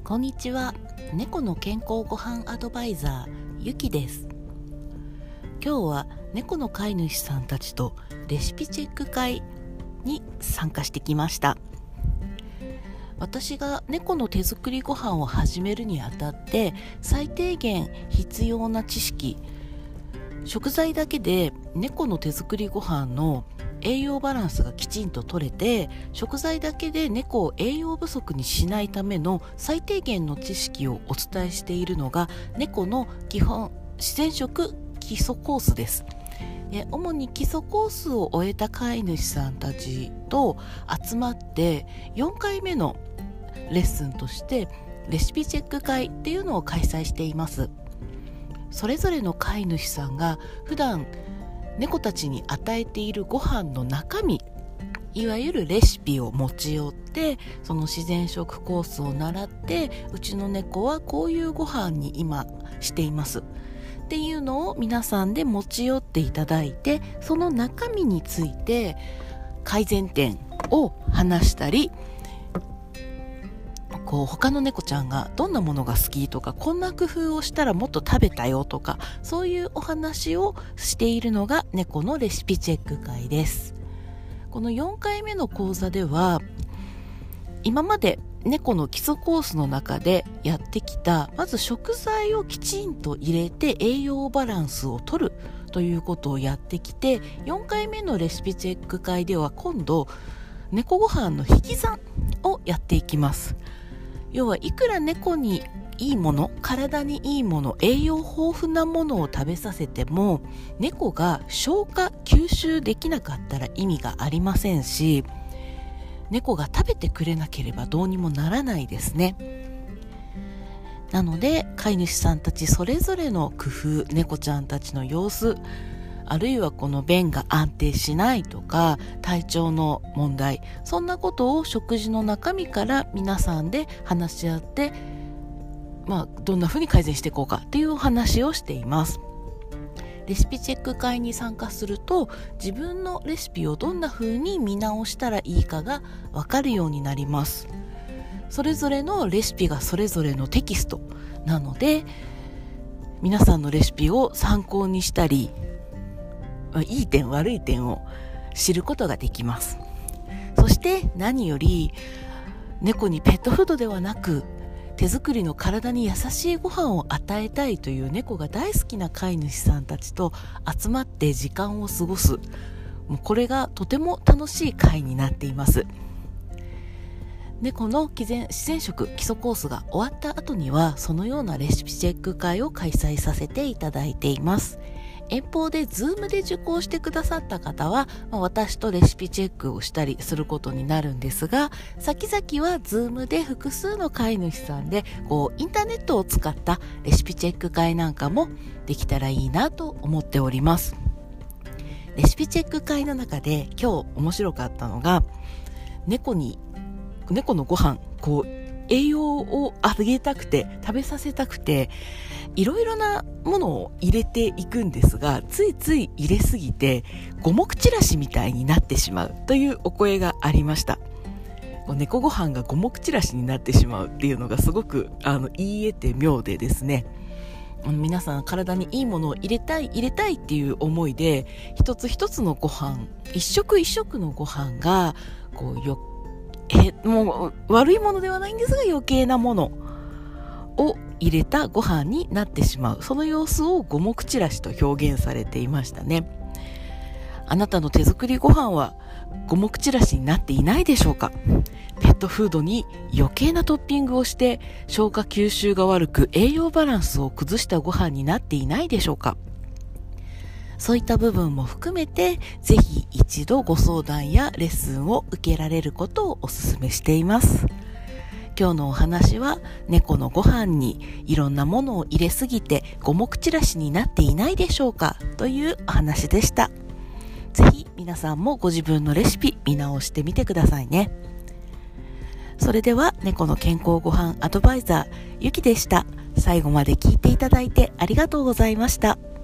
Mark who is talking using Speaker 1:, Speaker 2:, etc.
Speaker 1: こんにちは。猫の健康ごはんアドバイザーゆきです。今日は猫の飼い主さんたちとレシピチェック会に参加してきました。私が猫の手作りご飯を始めるにあたって最低限必要な知識、食材だけで猫の手作りご飯の栄養バランスがきちんと取れて、食材だけで猫を栄養不足にしないための最低限の知識をお伝えしているのが猫の基本自然食基礎コースです。主に基礎コースを終えた飼い主さんたちと集まって4回目のレッスンとしてレシピチェック会っていうのを開催しています。それぞれの飼い主さんが普段猫たちに与えているご飯の中身、いわゆるレシピを持ち寄って、その自然食コースを習って、うちの猫はこういうご飯に今していますっていうのを皆さんで持ち寄っていただいて、その中身について改善点を話したり、他の猫ちゃんがどんなものが好きとか、こんな工夫をしたらもっと食べたよとか、そういうお話をしているのが猫のレシピチェック会です。この4回目の講座では、今まで猫の基礎コースの中でやってきた、まず食材をきちんと入れて栄養バランスを取るということをやってきて、4回目のレシピチェック会では今度猫ご飯の引き算をやっていきます。要はいくら猫にいいもの、体にいいもの、栄養豊富なものを食べさせても、猫が消化吸収できなかったら意味がありませんし、猫が食べてくれなければどうにもならないですね。なので飼い主さんたちそれぞれの工夫、猫ちゃんたちの様子、あるいはこの便が安定しないとか体調の問題、そんなことを食事の中身から皆さんで話し合って、どんな風に改善していこうかっていうお話をしています。レシピチェック会に参加すると、自分のレシピをどんな風に見直したらいいかが分かるようになります。それぞれのレシピがそれぞれのテキストなので、皆さんのレシピを参考にしたり、いい点悪い点を知ることができます。そして何より猫にペットフードではなく手作りの体に優しいご飯を与えたいという猫が大好きな飼い主さんたちと集まって時間を過ごす、これがとても楽しい会になっています。猫の自然食基礎コースが終わった後にはそのようなレシピチェック会を開催させていただいています。遠方で Zoom で受講してくださった方は、私とレシピチェックをしたりすることになるんですが、先々は Zoom で複数の飼い主さんでインターネットを使ったレシピチェック会なんかもできたらいいなと思っております。レシピチェック会の中で今日面白かったのが、猫のご飯栄養をあげたくて食べさせたくていろいろなものを入れていくんですが、ついつい入れすぎて五目チラシみたいになってしまうというお声がありました。猫ご飯が五目チラシになってしまうっていうのがすごく言い得て妙でですね、皆さん体にいいものを入れたいっていう思いで、一つ一つのご飯、一食一食のご飯がもう悪いものではないんですが余計なものを入れたご飯になってしまう、その様子を五目チラシと表現されていましたね。あなたの手作りご飯は五目チラシになっていないでしょうか？ペットフードに余計なトッピングをして消化吸収が悪く栄養バランスを崩したご飯になっていないでしょうか？そういった部分も含めて、ぜひ一度ご相談やレッスンを受けられることをお勧めしています。今日のお話は、猫のご飯にいろんなものを入れすぎて五目チラシになっていないでしょうかというお話でした。ぜひ皆さんもご自分のレシピ見直してみてくださいね。それでは猫の健康ごはんアドバイザーゆきでした。最後まで聞いていただいてありがとうございました。